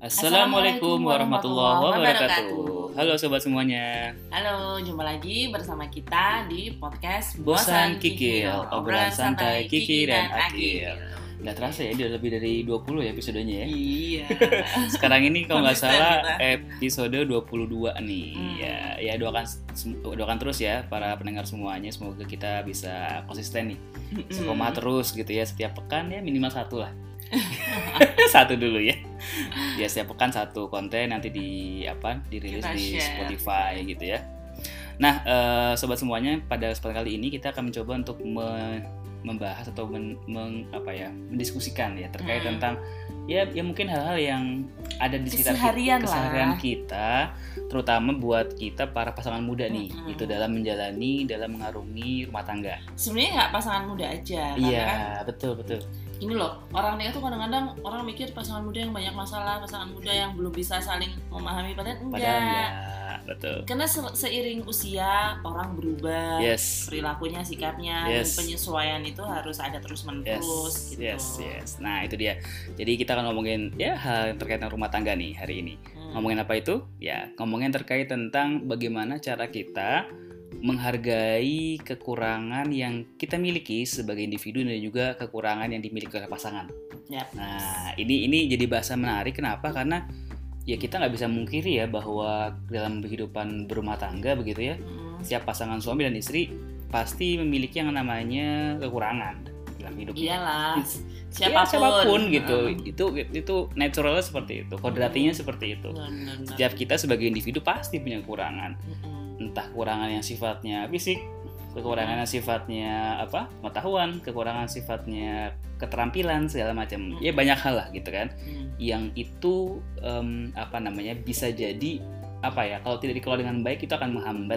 Assalamualaikum warahmatullahi wabarakatuh. Halo sobat semuanya. Halo, jumpa lagi bersama kita di podcast Bosan Kikil, obrolan santai Kiki dan Akil. Nggak terasa ya, udah lebih dari 20 ya episodenya ya. Iya. Sekarang ini kalau nggak salah episode 22 nih. Ya doakan terus ya para pendengar semuanya. Semoga kita bisa konsisten nih. Istiqomah terus gitu ya, setiap pekan ya minimal satu lah. Satu dulu ya. Ya setiap pekan satu konten nanti dirilis di Spotify gitu ya. Nah, sobat semuanya, pada kesempatan kali ini kita akan mencoba untuk membahas atau mendiskusikan ya terkait tentang ya mungkin hal-hal yang ada di sekitar keseharian kita, terutama buat kita para pasangan muda nih, itu dalam mengarungi rumah tangga. Sebenarnya nggak pasangan muda aja. Iya, betul. Ini loh, orang nikah tuh kadang-kadang orang mikir pasangan muda yang banyak masalah, pasangan muda yang belum bisa saling memahami, padahal enggak. Betul. Karena seiring usia orang berubah, perilakunya, sikapnya, dan penyesuaian itu harus ada terus-menerus gitu. Yes. Nah, itu dia. Jadi kita akan ngomongin ya hal yang terkait dengan rumah tangga nih hari ini. Ngomongin apa itu? Ya, ngomongin terkait tentang bagaimana cara kita menghargai kekurangan yang kita miliki sebagai individu dan juga kekurangan yang dimiliki oleh pasangan. Nah, ini jadi bahasa menarik. Kenapa? Karena ya kita nggak bisa mungkiri ya bahwa dalam kehidupan berumah tangga begitu ya, setiap pasangan suami dan istri pasti memiliki yang namanya kekurangan dalam hidupnya. Iyalah, siapapun gitu. Itu naturalnya seperti itu, kodratinya seperti itu. Setiap kita sebagai individu pasti punya kekurangan. Entah kekurangan yang sifatnya fisik, kekurangan yang sifatnya pengetahuan, kekurangan sifatnya keterampilan segala macam. Ya banyak hal lah gitu kan. Yang itu bisa jadi kalau tidak dikelola dengan baik itu akan menghambat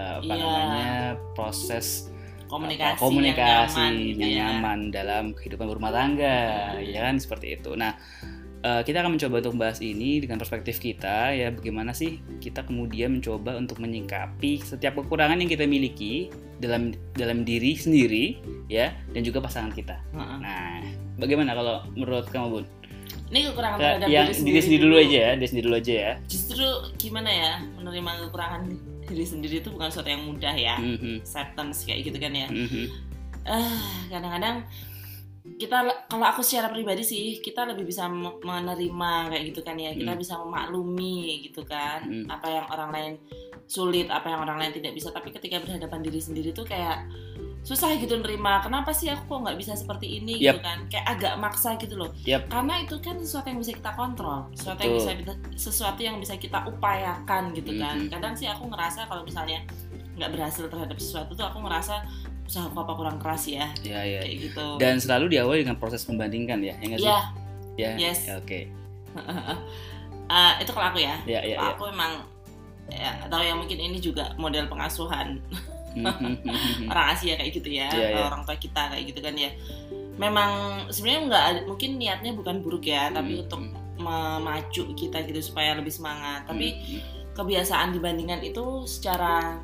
proses komunikasi yang nyaman dalam kehidupan berumah tangga, ya kan seperti itu. Nah, kita akan mencoba untuk membahas ini dengan perspektif kita ya, bagaimana sih kita kemudian mencoba untuk menyikapi setiap kekurangan yang kita miliki dalam diri sendiri ya, dan juga pasangan kita. Nah, bagaimana kalau menurut kamu, Bun? Ini kekurangan terhadap diri sendiri dulu aja ya. Justru gimana ya, menerima kekurangan diri sendiri itu bukan sesuatu yang mudah ya. Acceptance kayak gitu kan ya. Kadang-kadang kalau aku secara pribadi sih, kita lebih bisa menerima kayak gitu kan ya. Kita bisa memaklumi gitu kan, apa yang orang lain sulit, apa yang orang lain tidak bisa. Tapi ketika berhadapan diri sendiri tuh kayak susah gitu nerima. Kenapa sih aku kok nggak bisa seperti ini gitu kan? Kayak agak maksa gitu loh. Karena itu kan sesuatu yang bisa kita kontrol, sesuatu yang bisa kita upayakan gitu kan. Kadang sih aku ngerasa kalau misalnya nggak berhasil terhadap sesuatu tuh aku ngerasa usaha apa kurang keras ya. Kayak gitu. Dan selalu diawali dengan proses membandingkan ya, nggak sih? Yes. Oke. Itu kalau aku ya. Aku emang atau yang mungkin ini juga model pengasuhan orang Asia kayak gitu ya, orang tua kita kayak gitu kan ya. Memang sebenarnya mungkin niatnya bukan buruk ya, tapi untuk memacu kita gitu supaya lebih semangat. Tapi kebiasaan dibandingkan itu secara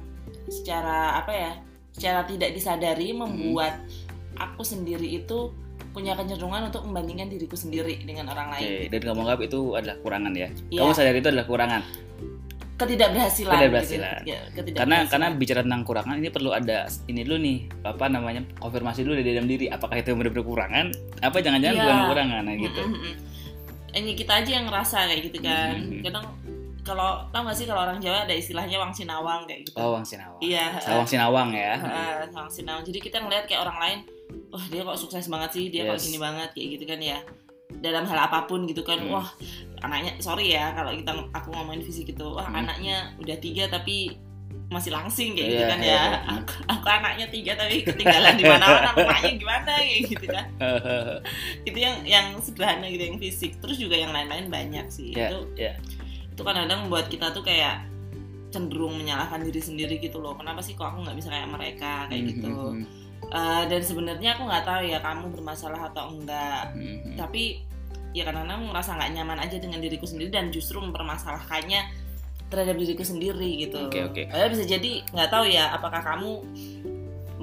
tidak disadari membuat aku sendiri itu punya kecenderungan untuk membandingkan diriku sendiri dengan orang lain. Dan kamu anggap itu adalah kekurangan ya? Kamu sadar itu adalah kekurangan? Ketidakberhasilan. Gitu. Karena bicara tentang kekurangan ini perlu ada ini dulu nih, konfirmasi dulu dari dalam diri. Apakah itu benar-benar kekurangan? Apa jangan-jangan bukan kekurangan gitu? Ini kita aja yang ngerasa kayak gitu kan. Kadang kalau tau gak sih kalau orang Jawa ada istilahnya wang sinawang kayak gitu. Wang sinawang. Iya. Wang sinawang ya. Wang sinawang. Jadi kita ngeliat kayak orang lain, wah dia kok sukses banget sih, dia kok gini banget kayak gitu kan ya. Dalam hal apapun gitu kan, wah anaknya, sorry ya kalau aku ngomongin fisik gitu, wah anaknya udah 3 tapi masih langsing kayak gitu kan ya. Aku anaknya 3 tapi ketinggalan di mana-mana, anaknya gimana kayak gitu kan. Itu yang sederhana gitu, yang fisik. Terus juga yang lain-lain banyak sih. Itu kadang-kadang membuat kita tuh kayak cenderung menyalahkan diri sendiri gitu loh. Kenapa sih kok aku nggak bisa kayak mereka kayak gitu. Dan sebenarnya aku nggak tahu ya kamu bermasalah atau enggak. Tapi ya kadang-kadang merasa nggak nyaman aja dengan diriku sendiri dan justru mempermasalahkannya terhadap diriku sendiri gitu. Oke. Bisa jadi nggak tahu ya apakah kamu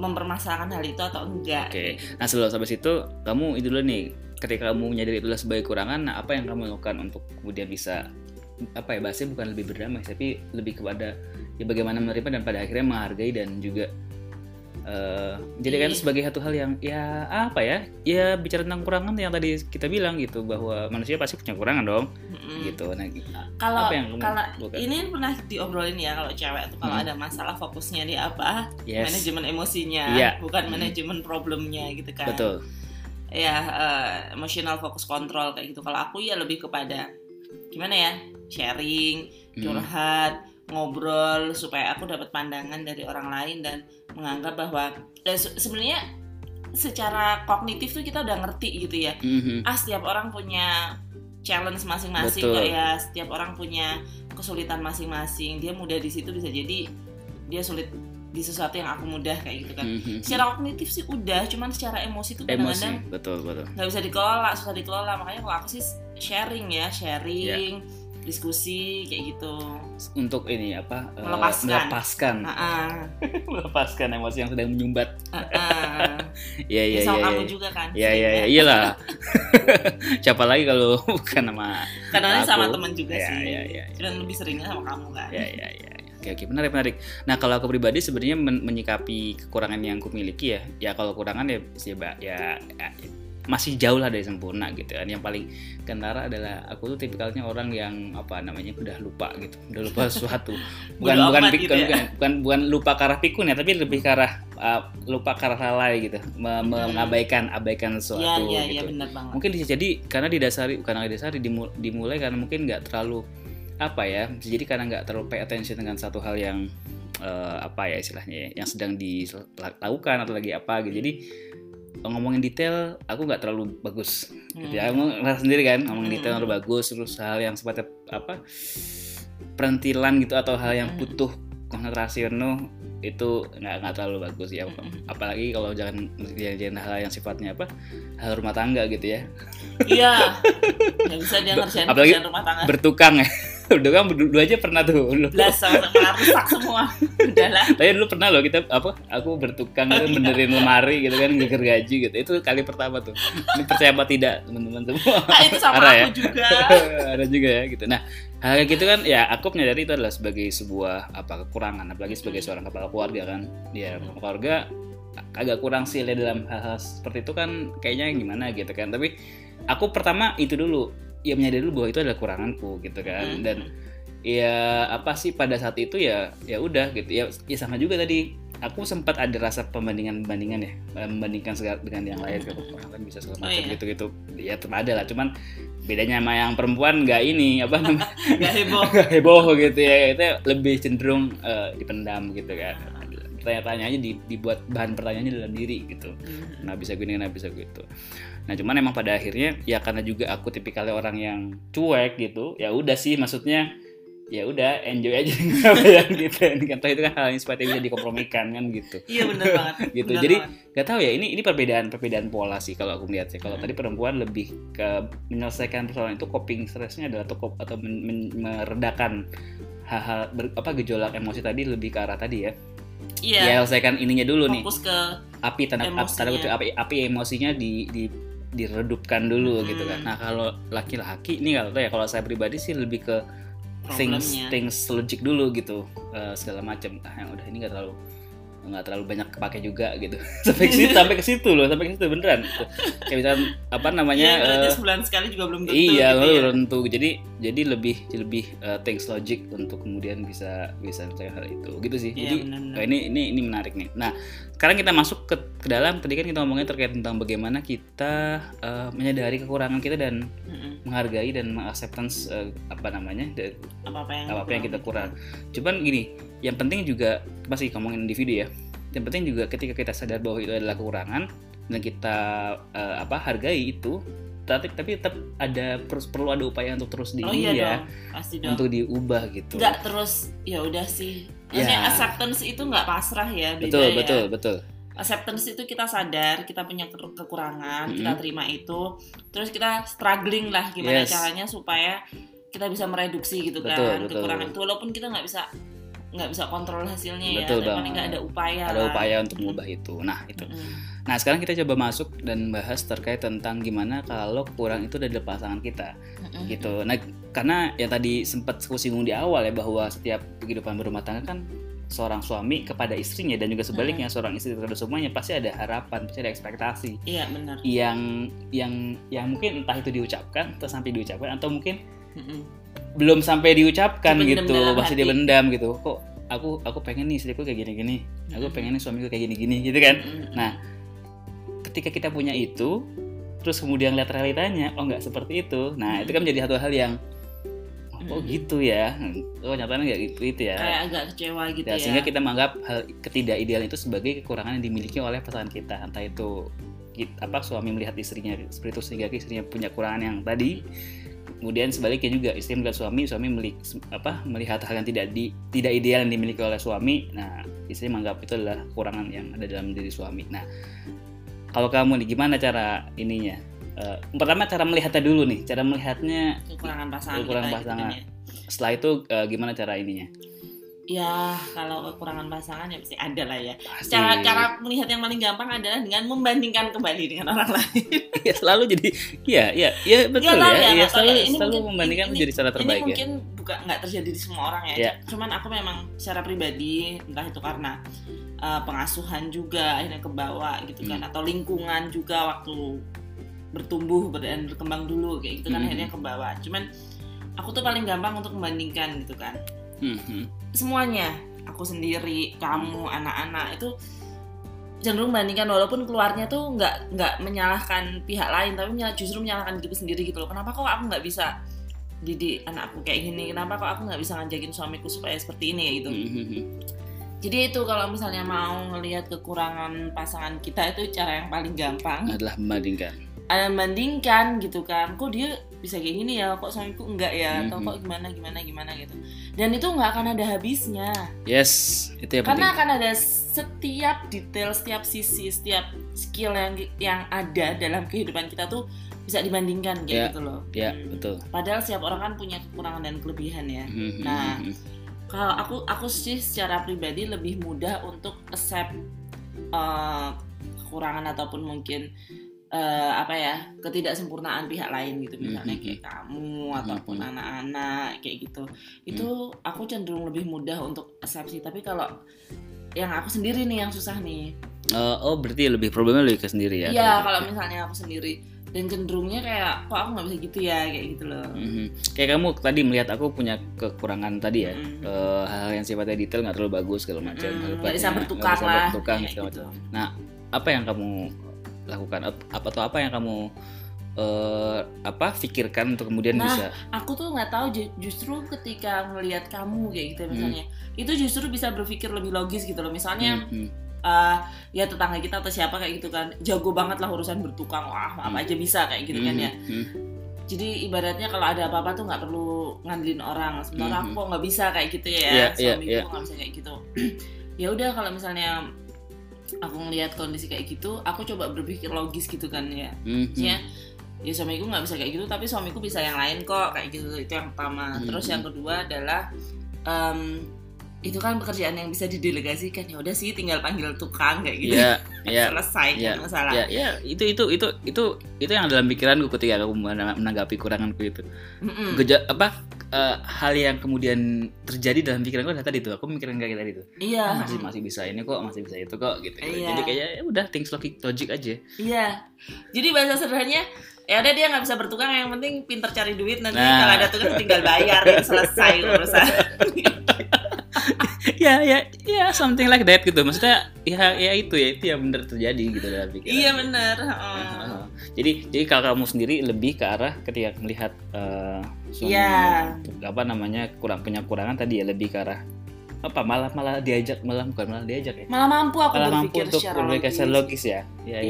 mempermasalahkan hal itu atau enggak. Oke. Nah sebelum sampai situ, kamu itu dulu nih, ketika kamu menyadari itulah sebagai kekurangan, nah apa yang kamu lakukan untuk kemudian bisa apa ya, bahasanya bukan lebih berdamai, tapi lebih kepada ya bagaimana menerima dan pada akhirnya menghargai dan juga jadikan sebagai satu hal yang ya apa ya bicara tentang kekurangan yang tadi kita bilang gitu, bahwa manusia pasti punya kekurangan dong. Gitu. Nah, kalau ini pernah diobrolin ya, kalau cewek tuh kalau ada masalah fokusnya di apa? Manajemen emosinya, bukan manajemen problemnya gitu kan. Betul. Ya, emotional focus control kayak gitu. Kalau aku ya lebih kepada gimana ya? Sharing, curhat, ngobrol supaya aku dapat pandangan dari orang lain dan menganggap bahwa sebenarnya secara kognitif tuh kita udah ngerti gitu ya. Setiap orang punya challenge masing-masing kok ya, setiap orang punya kesulitan masing-masing. Dia mudah di situ, bisa jadi dia sulit di sesuatu yang aku mudah kayak gitu kan. Secara kognitif sih udah, cuman secara emosi tuh kadang-kadang betul nggak bisa dikelola, susah dikelola. Makanya kalau aku sih sharing, diskusi kayak gitu. Untuk ini apa? Melepaskan. Melepaskan emosi yang sedang menyumbat. Iya. Sama kamu juga kan? Iya, iyalah. Siapa lagi kalau bukan sama? Kadang-kadang sama teman juga sih. Iya. Dan lebih seringnya sama kamu kan? Iya. Oke, menarik. Nah, kalau aku pribadi sebenarnya menyikapi kekurangan yang aku miliki ya kalau kekurangan ya masih jauh lah dari sempurna gitu kan. Yang paling kentara adalah aku tuh tipikalnya orang yang udah lupa gitu, udah lupa sesuatu. Bukan lupa ke arah pikun ya, tapi lebih ke arah lupa ke arah lalai gitu, mengabaikan sesuatu gitu. Iya, benar banget. Mungkin bisa jadi karena dimulai karena mungkin nggak terlalu jadi karena nggak terlalu pay attention dengan satu hal yang istilahnya yang sedang dilakukan atau lagi apa gitu. Jadi ngomongin detail aku nggak terlalu bagus gitu ya, kamu ngerasa sendiri kan, ngomongin detail terlalu bagus, terus hal yang sifatnya perintilan gitu atau hal yang butuh konsentrasi itu nggak terlalu bagus ya. Apalagi kalau jangan hal yang sifatnya hal rumah tangga gitu ya. Iya, nggak bisa dia ngerjain apalagi rumah tangga. Bertukang ya. Bertukang berdua aja pernah tuh. Sama rusak semua. Udahlah. Tapi dulu pernah loh kita aku bertukang benerin lemari gitu kan, geger gaji gitu. Itu kali pertama tuh. Ini percaya apa tidak teman-teman semua? Itu sama aku juga. Ada juga ya gitu. Nah, hal kayak gitu kan ya aku menyadari itu adalah sebagai sebuah kekurangan, apalagi sebagai seorang kepala keluarga kan. Ya, keluarga agak kurang sih dalam hal-hal seperti itu kan, kayaknya gimana gitu kan. Tapi aku pertama itu dulu ya menyadari dulu bahwa itu adalah kuranganku gitu kan. Dan ya pada saat itu ya udah gitu ya sama juga tadi aku sempat ada rasa pembandingan ya, membandingkan segala dengan yang lain gitu, kan bisa segala macam gitu ya tetap ada lah, cuman bedanya sama yang perempuan nggak nggak heboh gitu ya, itu lebih cenderung dipendam gitu kan. Tanya-tanya aja dibuat bahan pertanyaannya dalam diri gitu. Nah bisa gini, nah bisa gitu. Nah cuman emang pada akhirnya ya karena juga aku tipikalnya orang yang cuek gitu. Ya udah sih, maksudnya ya udah enjoy aja dengan gitu. Kan itu kan hal yang sifatnya bisa dikompromikan kan gitu. Iya benar banget. Gitu. Bener Jadi banget. nggak tahu ya, ini perbedaan pola sih kalau aku melihatnya. Kalau tadi perempuan lebih ke menyelesaikan persoalan itu, coping stresnya adalah atau meredakan hal-hal gejolak emosi tadi, lebih ke arah tadi ya. Iya. Ya selesaikan ininya dulu nih. Fokus ke api emosinya diredupkan dulu gitu kan. Nah kalau laki-laki ini kalau saya pribadi sih lebih ke things logic dulu gitu, segala macam. Yang udah ini nggak terlalu banyak kepake juga gitu. sampai ke situ beneran. Kayak misalnya Iya, sebulan sekali juga belum tentu. Iya, gitu belum tentu. Jadi lebih things logic untuk kemudian bisa mencari hal itu. Gitu sih. Iya, jadi ini menarik nih. Nah, sekarang kita masuk ke dalam, tadi kan kita ngomongin terkait tentang bagaimana kita menyadari kekurangan kita dan menghargai dan mengacceptance apa yang kita kurang. Cuman gini, yang penting juga pasti ngomongin individu ya. Yang penting juga ketika kita sadar bahwa itu adalah kekurangan dan kita hargai itu, tapi tetap perlu ada upaya untuk terus untuk diubah gitu. Nggak terus ya udah sih. Maksudnya acceptance itu nggak pasrah ya, beda betul. Acceptance itu kita sadar kita punya kekurangan, kita terima itu, terus kita struggling lah gimana caranya supaya kita bisa mereduksi gitu kan kekurangan itu, walaupun kita nggak bisa nggak bisa kontrol hasilnya. Betul ya, tapi paling nggak ada upaya. Ada upaya untuk mengubah itu. Nah itu. Nah sekarang kita coba masuk dan bahas terkait tentang gimana kalau kekurangan itu ada di pasangan kita, gitu. Nah karena yang tadi sempat aku singgung di awal ya, bahwa setiap kehidupan berumah tangga kan seorang suami kepada istrinya dan juga sebaliknya seorang istri terhadap semuanya pasti ada harapan, pasti ada ekspektasi. Iya benar. Yang mungkin entah itu diucapkan atau sampai diucapkan atau mungkin belum sampai diucapkan gitu, masih dibendam gitu. Kok aku pengen nih istriku kayak gini-gini, aku pengen nih suamiku kayak gini-gini gitu kan. Nah ketika kita punya itu, terus kemudian lihat realitanya, oh nggak seperti itu. Nah itu kan menjadi satu hal yang, oh gitu ya, oh nyatanya nggak gitu ya. Kayak agak kecewa gitu ya. Sehingga kita menganggap hal ketidakidealan itu sebagai kekurangan yang dimiliki oleh pasangan kita. Entah itu suami melihat istrinya seperti itu sehingga istrinya punya kekurangan yang tadi. Kemudian sebaliknya juga istri melihat suami melihat hal yang tidak ideal yang dimiliki oleh suami. Nah istri menganggap itu adalah kekurangan yang ada dalam diri suami. Nah kalau kamu nih gimana cara ininya? Pertama cara melihatnya dulu nih, cara melihatnya kekurangan pasangan. Gitu, ya. Setelah itu gimana cara ininya? Ya kalau kekurangan pasangan ya pasti ada lah ya. Cara melihat yang paling gampang adalah dengan membandingkan kembali dengan orang lain. Ya selalu jadi, ya betul ya. Selalu membandingkan menjadi cara terbaik. Ini mungkin nggak terjadi di semua orang ya. Cuman aku memang secara pribadi, entah itu karena pengasuhan juga akhirnya kebawa gitu kan, atau lingkungan juga waktu bertumbuh dan berkembang dulu kayak gitu kan akhirnya kebawa. Cuman aku tuh paling gampang untuk membandingkan gitu kan. Semuanya, aku sendiri, kamu, anak-anak itu cenderung membandingkan, walaupun keluarnya tuh nggak menyalahkan pihak lain, tapi justru menyalahkan diri sendiri gitu loh. Kenapa kok aku nggak bisa didik anakku kayak gini? Kenapa kok aku nggak bisa ngajakin suamiku supaya seperti ini ya gitu? Jadi itu kalau misalnya mau ngelihat kekurangan pasangan kita, itu cara yang paling gampang adalah membandingkan gitu kan. Kok dia bisa kayak gini ya, kok suamiku enggak ya, atau kok gimana gitu. Dan itu nggak akan ada habisnya. Yes, itu yang penting. Karena akan ada setiap detail, setiap sisi, setiap skill yang ada dalam kehidupan kita tuh bisa dibandingkan kayak gitu loh. Betul. Padahal setiap orang kan punya kekurangan dan kelebihan ya. Nah, kalau aku sih secara pribadi lebih mudah untuk accept kekurangan ataupun mungkin ketidaksempurnaan pihak lain gitu, misalnya kayak kamu ataupun anak-anak kayak gitu. Itu aku cenderung lebih mudah untuk accept sih. Tapi kalau yang aku sendiri nih yang susah nih. Berarti problemnya lebih ke sendiri ya? Iya, kalau misalnya aku sendiri dan cenderungnya kayak kok aku nggak bisa gitu ya kayak gitu loh. Kayak kamu tadi melihat aku punya kekurangan tadi ya, hal yang sifatnya detail nggak terlalu bagus segala macam, nggak bisa bertukang lah segala macam. Nah apa yang kamu lakukan apa yang kamu pikirkan untuk kemudian bisa? Aku tuh nggak tahu, justru ketika ngelihat kamu kayak gitu misalnya, itu justru bisa berpikir lebih logis gitu loh. Misalnya ya tetangga kita atau siapa kayak gitu kan, jago banget lah urusan bertukang, apa aja bisa kayak gitu kan ya. Jadi ibaratnya kalau ada apa-apa tuh nggak perlu ngandelin orang. Sebenarnya aku kok nggak bisa kayak gitu ya, suamiku nggak bisa kayak gitu. Ya udah, kalau misalnya aku ngelihat kondisi kayak gitu, aku coba berpikir logis gitu kan ya. Ya suamiku nggak bisa kayak gitu, tapi suamiku bisa yang lain kok kayak gitu. Itu yang pertama. Terus yang kedua adalah itu kan pekerjaan yang bisa didelegasikan, ya udah sih tinggal panggil tukang kayak gitu. Selesai masalah. Itu yang dalam pikiranku ketika aku menanggapi kuranganku itu. Hal yang kemudian terjadi dalam pikiranku adalah tadi tuh, aku mikirin kayak tadi tuh. Masih bisa ini kok, masih bisa itu kok gitu. Jadi kayak udah things logic aja. Jadi bahasa sederhananya, ya udah dia nggak bisa bertukang, yang penting pintar cari duit, nanti kalau ada tukang tinggal bayar, selesai urusan. ya something like that gitu. Maksudnya ya itu yang benar terjadi gitu dalam pikiran. Iya benar. Jadi kalau kamu sendiri lebih ke arah ketika melihat kurang punya kekurangan tadi ya, lebih ke arah malah diajak malah mampu aku berpikir secara logis ya.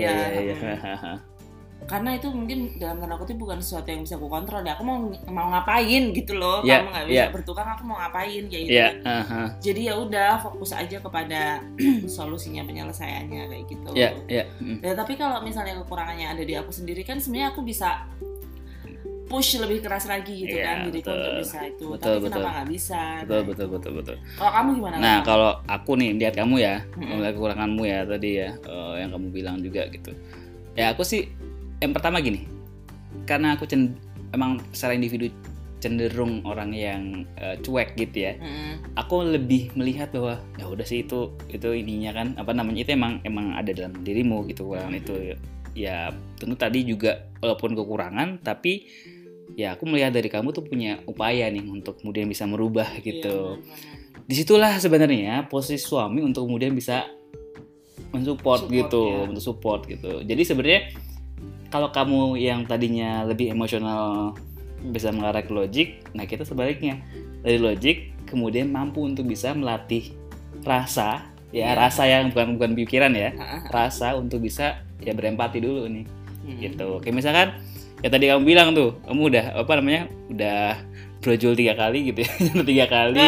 Karena itu mungkin dalam tanda kutip bukan sesuatu yang bisa aku kontrol ya. Aku mau ngapain gitu loh. Kamu nggak bisa bertukang, aku mau ngapain kayak gitu. Jadi ya udah, fokus aja kepada solusinya, penyelesaiannya kayak gitu. Tapi kalau misalnya kekurangannya ada di aku sendiri kan, sebenarnya aku bisa push lebih keras lagi gitu kan diriku untuk bisa itu. Tapi kenapa nggak bisa? Betul. Kalau kamu gimana? Nah kalau aku nih lihat kamu ya, melihat kekuranganmu ya tadi ya, yang kamu bilang juga gitu. Ya aku sih yang pertama gini, karena aku emang secara individu cenderung orang yang cuek gitu ya. Aku lebih melihat bahwa ya udah sih itu ininya kan apa namanya itu emang ada dalam dirimu gitu kekurangan itu. Ya tentu tadi juga walaupun kekurangan tapi ya aku melihat dari kamu tuh punya upaya nih untuk kemudian bisa merubah gitu. Disitulah sebenarnya posisi suami untuk kemudian bisa mensupport gitu, untuk support gitu. Jadi sebenarnya kalau kamu yang tadinya lebih emosional bisa mengarah ke logik, nah kita sebaliknya dari logik kemudian mampu untuk bisa melatih rasa, rasa yang bukan pikiran ya, rasa untuk bisa ya berempati dulu nih, gitu. Kayak misalkan ya tadi kamu bilang tuh, kamu udah brojol 3 kali gitu ya, 3 kali.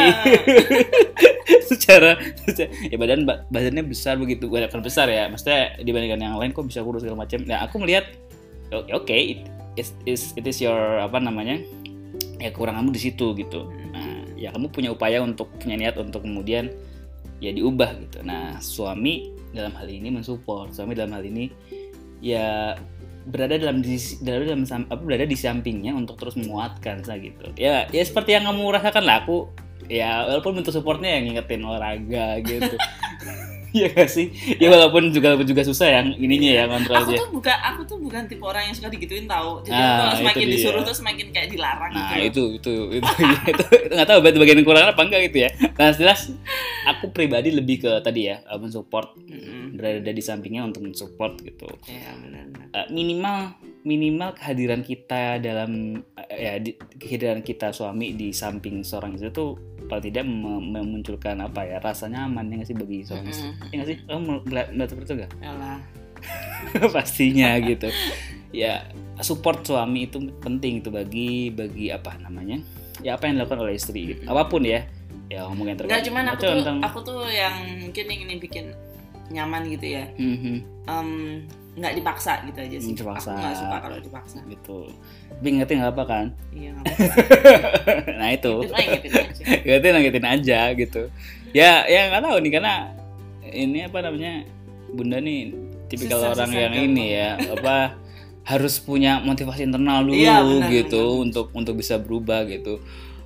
secara ya badannya besar begitu, bukan besar ya, maksudnya dibandingkan yang lain kok bisa kurus segala macam. Nah aku melihat oke, it is your ya kekuranganmu di situ gitu. Nah ya kamu punya upaya untuk punya niat untuk kemudian ya diubah gitu. Nah suami dalam hal ini mensupport, suami dalam hal ini ya berada di sampingnya untuk terus menguatkan gitu. Ya seperti yang kamu rasakan lah, aku ya walaupun bentuk supportnya yang ngingetin olahraga gitu. Iya gak sih? Ya walaupun juga susah yang ininya ya kontrolnya. Aku tuh bukan tipe orang yang suka digituin tahu. Jadi kalau semakin disuruh tuh semakin kayak dilarang gitu. Itu nggak tahu bagian kekurangan apa enggak gitu ya. Nah jelas aku pribadi lebih ke tadi ya mensupport, berada di sampingnya untuk mensupport gitu. Iya benar. Minimal kehadiran kita dalam kehadiran kita suami di samping seorang istri itu paling tidak memunculkan rasa nyaman ya nggak sih bagi seorang istri. Ya nggak sih, kamu melihat seperti itu nggak? Yalah. Pastinya gitu. Ya support suami itu penting itu bagi apa namanya? Ya apa yang dilakukan oleh istri gitu. Apapun ya ngomongin terkait. Nggak cuman aku tuh yang mungkin ini bikin nyaman gitu ya. Nggak dipaksa gitu aja sih. Dipaksa. Aku nggak suka kalau dipaksa. Gitu. Tapi ngerti nggak apa kan? Iya nggak apa. Nah itu. Ngetin ngetin aja gitu. Ya nggak tahu nih karena ini Bunda nih tipikal orang yang ini ya harus punya motivasi internal dulu gitu benar. untuk bisa berubah gitu.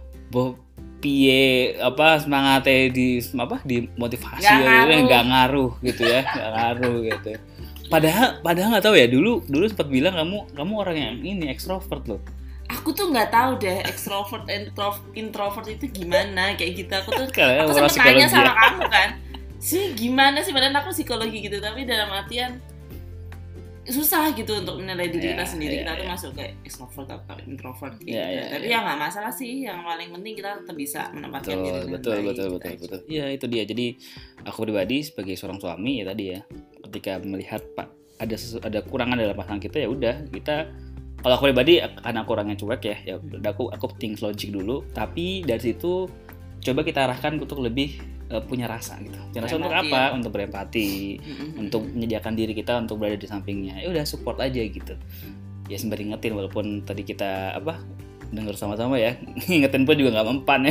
Semangatnya di motivasi nggak ngaruh gitu ya, nggak ngaruh gitu. Padahal nggak tahu ya dulu sempat bilang kamu orang yang ini ekstrovert loh. Aku tuh nggak tahu deh ekstrovert introvert itu gimana kayak gitu. Aku sempat tanya sama kamu kan sih gimana sih, padahal aku psikologi gitu tapi dalam artian susah gitu untuk menilai diri kita sendiri. Kita tuh masuk kayak ekstrovert atau introvert gitu. Tapi ya nggak masalah sih, yang paling penting kita tetap bisa menempatkan diri dengan baik. Betul. Ya itu dia. Jadi aku pribadi sebagai seorang suami ya tadi ya, ketika melihat ada kurangan dalam pasangan kita ya udah kita, kalau aku pribadi karena aku orangnya cuek ya aku think logic dulu, tapi dari situ coba kita arahkan untuk lebih punya rasa gitu. Rasa untuk apa? Untuk berempati, untuk menyediakan diri kita untuk berada di sampingnya. Ya udah support aja gitu. Ya sembari ingetin walaupun tadi kita dengar sama-sama ya. Ingetin pun juga nggak mempan ya.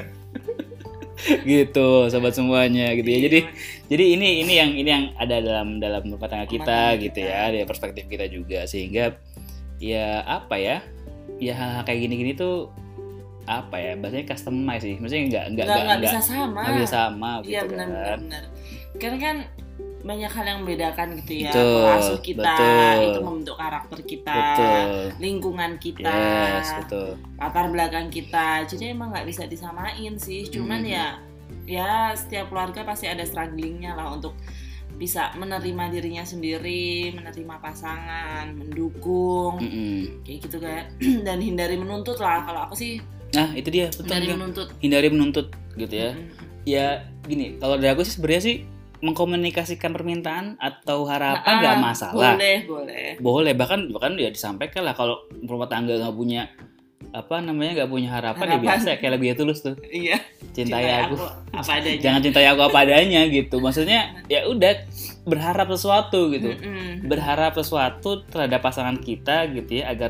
Gitu sobat semuanya gitu ya. Jadi ini yang ada dalam rumah tangga kita gitu ya, dari perspektif kita juga, sehingga ya ya hal kayak gini tuh bahasanya customize sih, maksudnya nggak bisa sama gitu. Iya benar. Karena kan banyak hal yang membedakan gitu ya, pengasuh kita itu membentuk karakter kita, lingkungan kita, latar belakang kita, jadi emang nggak bisa disamain sih. Cuman ya setiap keluarga pasti ada strugglingnya lah untuk bisa menerima dirinya sendiri, menerima pasangan, mendukung, kayak gitu kan. Dan hindari menuntut lah kalau aku sih. Nah itu dia, hindari menuntut gitu ya. Ya gini, kalau dari aku sih sebenarnya sih mengkomunikasikan permintaan atau harapan nggak masalah. Boleh bahkan ya disampaikan lah. Kalau rumah tangga nggak punya nggak punya harapan ya biasa kayak lebih tulus tuh. Iya. Cintai aku apa adanya. Jangan cintai aku apa adanya gitu. Maksudnya ya udah berharap sesuatu gitu. Berharap sesuatu terhadap pasangan kita gitu ya, agar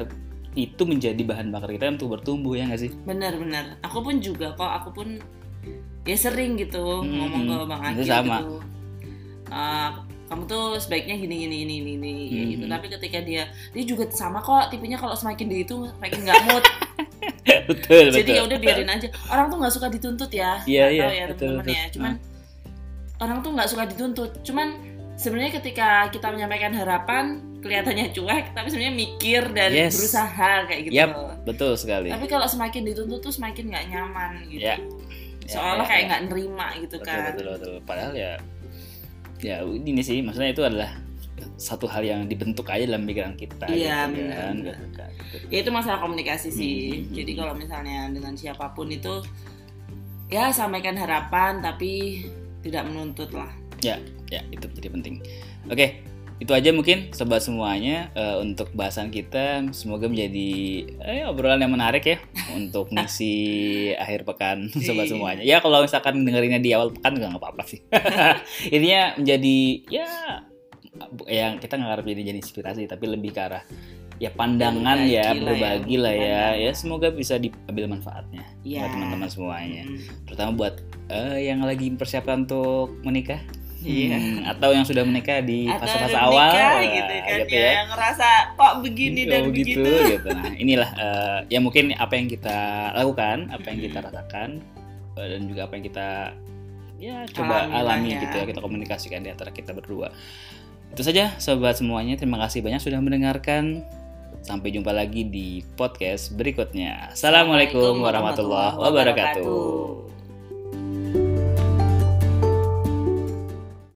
itu menjadi bahan bakar kita untuk bertumbuh, ya nggak sih? Benar. Aku pun juga kok, aku pun ya sering gitu ngomong ke Bang Akil sama. gitu. Kamu tuh sebaiknya gini kayak gitu. Tapi ketika dia juga sama kok tipenya, kalau semakin di itu semakin nggak mood. betul. Jadi ya udah biarin aja. Orang tuh nggak suka dituntut ya. Iya, tahu ya teman-teman ya. Cuman orang tuh nggak suka dituntut. Cuman sebenarnya ketika kita menyampaikan harapan kelihatannya cuek, tapi sebenarnya mikir dan berusaha kayak gitu. Yap, betul sekali. Tapi kalau semakin dituntut tuh semakin nggak nyaman gitu. Ya. Soalnya kayak nggak nerima gitu kan. Betul. Padahal ya ini sih, maksudnya itu adalah satu hal yang dibentuk aja dalam pikiran kita. Iya, gitu, benar. kan. Ya itu masalah komunikasi sih. Jadi kalau misalnya dengan siapapun itu ya sampaikan harapan tapi tidak menuntut lah. Ya itu jadi penting. Oke, itu aja mungkin sobat semuanya untuk bahasan kita. Semoga menjadi obrolan yang menarik ya untuk mengisi akhir pekan sobat semuanya. Ya kalau misalkan dengerinnya di awal pekan nggak apa-apa sih. Intinya menjadi yang kita nggak harus jadi inspirasi, tapi lebih ke arah ya pandangan berbagi lah ya. Semoga bisa diambil manfaatnya buat teman-teman semuanya, terutama buat yang lagi mempersiapkan untuk menikah. Atau yang sudah menikah di fase-fase awal gitu kan, yang ngerasa kok begini dan begitu gitu. Nah inilah ya mungkin apa yang kita lakukan, apa yang kita rasakan, dan juga apa yang kita coba alami gitu ya, kita komunikasikan di antara kita berdua. Itu saja sobat semuanya, terima kasih banyak sudah mendengarkan. Sampai jumpa lagi di podcast berikutnya. Assalamualaikum warahmatullahi wabarakatuh.